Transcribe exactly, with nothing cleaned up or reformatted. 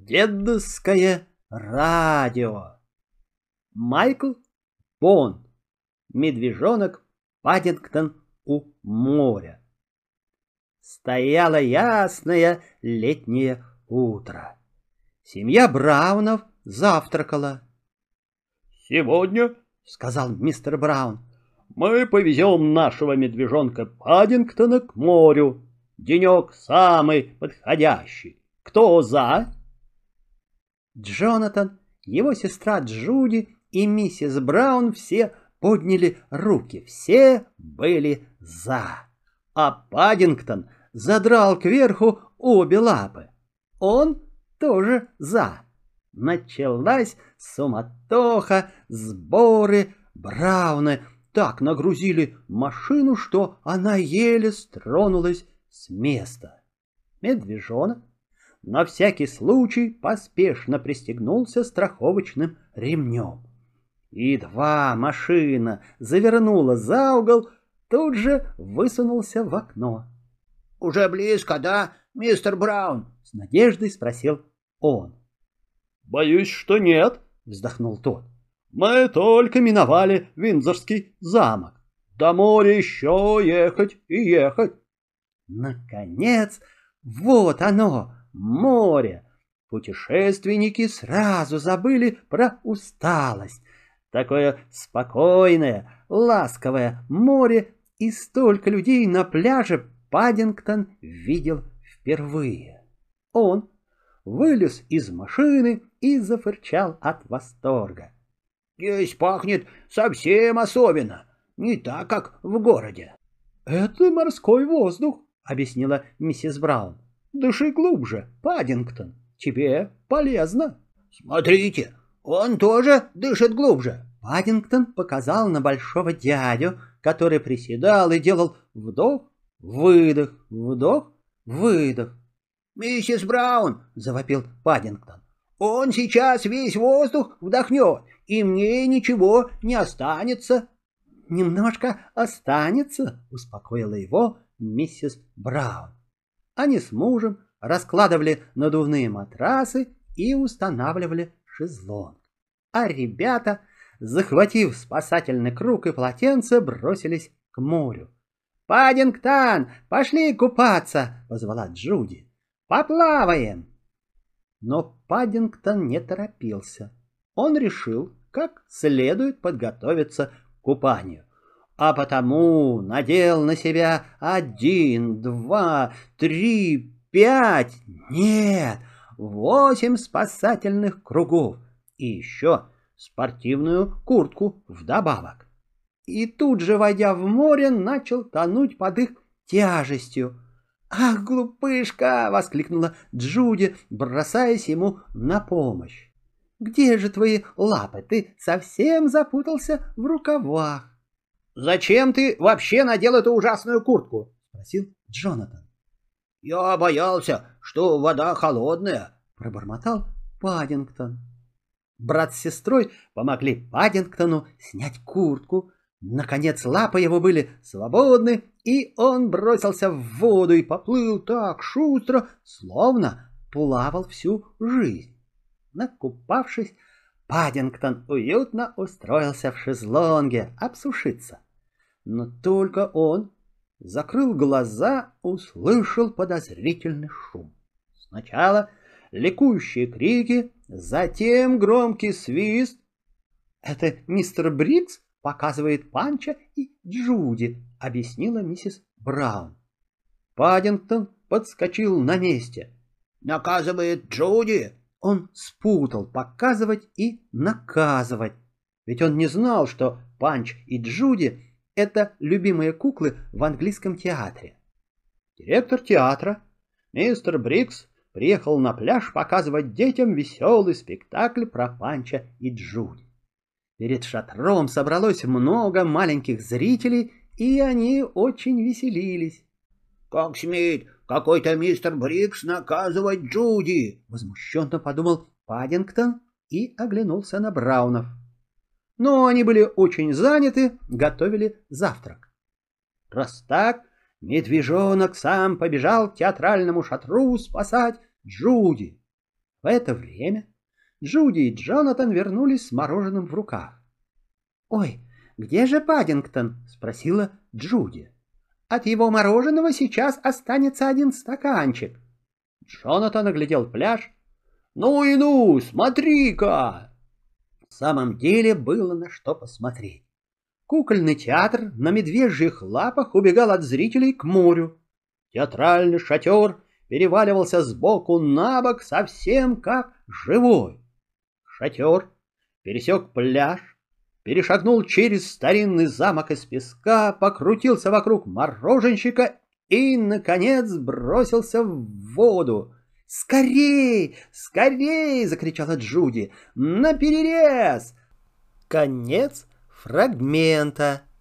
Дедовское радио. Майкл Бонд. Медвежонок Паддингтон у моря. Стояло ясное летнее утро. Семья Браунов завтракала. «Сегодня, — сказал мистер Браун, — мы повезем нашего медвежонка Паддингтона к морю. Денек самый подходящий. Кто за?» Джонатан, его сестра Джуди и миссис Браун все подняли руки, все были за. А Паддингтон задрал кверху обе лапы. Он тоже за. Началась суматоха, сборы. Брауны так нагрузили машину, что она еле стронулась с места. Медвежонок на всякий случай поспешно пристегнулся страховочным ремнем. Едва машина завернула за угол, тут же высунулся в окно. — Уже близко, да, мистер Браун? — с надеждой спросил он. — Боюсь, что нет, — вздохнул тот. — Мы только миновали Виндзорский замок. До моря еще ехать и ехать. Наконец, вот оно, море. Путешественники сразу забыли про усталость. Такое спокойное, ласковое море и столько людей на пляже Паддингтон видел впервые. Он вылез из машины и зафырчал от восторга. — Здесь пахнет совсем особенно, не так, как в городе. — Это морской воздух, — объяснила миссис Браун. — Дыши глубже, Паддингтон, тебе полезно. — Смотрите, он тоже дышит глубже. Паддингтон показал на большого дядю, который приседал и делал вдох, выдох, вдох, выдох. — Миссис Браун, — завопил Паддингтон, — он сейчас весь воздух вдохнет, и мне ничего не останется. — Немножко останется, — успокоила его миссис Браун. Они с мужем раскладывали надувные матрасы и устанавливали шезлонг. А ребята, захватив спасательный круг и полотенце, бросились к морю. — Паддингтон, пошли купаться! — позвала Джуди. — Поплаваем! Но Паддингтон не торопился. Он решил, как следует подготовиться к купанию. А потому надел на себя один, два, три, пять, нет, восемь спасательных кругов и еще спортивную куртку вдобавок. И тут же, войдя в море, начал тонуть под их тяжестью. «Ах, глупышка!» — воскликнула Джуди, бросаясь ему на помощь. «Где же твои лапы? Ты совсем запутался в рукавах». «Зачем ты вообще надел эту ужасную куртку?» — спросил Джонатан. «Я боялся, что вода холодная», — пробормотал Паддингтон. Брат с сестрой помогли Паддингтону снять куртку. Наконец лапы его были свободны, и он бросился в воду и поплыл так шустро, словно плавал всю жизнь. Накупавшись, Паддингтон уютно устроился в шезлонге обсушиться. Но только он закрыл глаза, услышал подозрительный шум. Сначала ликующие крики, затем громкий свист. «Это мистер Брикс показывает Панча и Джуди», — объяснила миссис Браун. Паддингтон подскочил на месте. «Наказывает Джуди?» Он спутал показывать и наказывать, ведь он не знал, что Панч и Джуди — это любимые куклы в английском театре. Директор театра, мистер Брикс, приехал на пляж показывать детям веселый спектакль про Панча и Джуди. Перед шатром собралось много маленьких зрителей, и они очень веселились. «Как смеет какой-то мистер Брикс наказывать Джуди!» — возмущенно подумал Паддингтон и оглянулся на Браунов. Но они были очень заняты, готовили завтрак. Раз так, медвежонок сам побежал к театральному шатру спасать Джуди. В это время Джуди и Джонатан вернулись с мороженым в руках. «Ой, где же Паддингтон?» — спросила Джуди. «От его мороженого сейчас останется один стаканчик». Джонатан оглядел пляж. «Ну и ну, смотри-ка!» В самом деле было на что посмотреть. Кукольный театр на медвежьих лапах убегал от зрителей к морю. Театральный шатер переваливался сбоку на бок совсем как живой. Шатер пересек пляж, перешагнул через старинный замок из песка, покрутился вокруг мороженщика и, наконец, бросился в воду. «Скорей! Скорей!» — закричала Джуди. «Наперерез!» Конец фрагмента.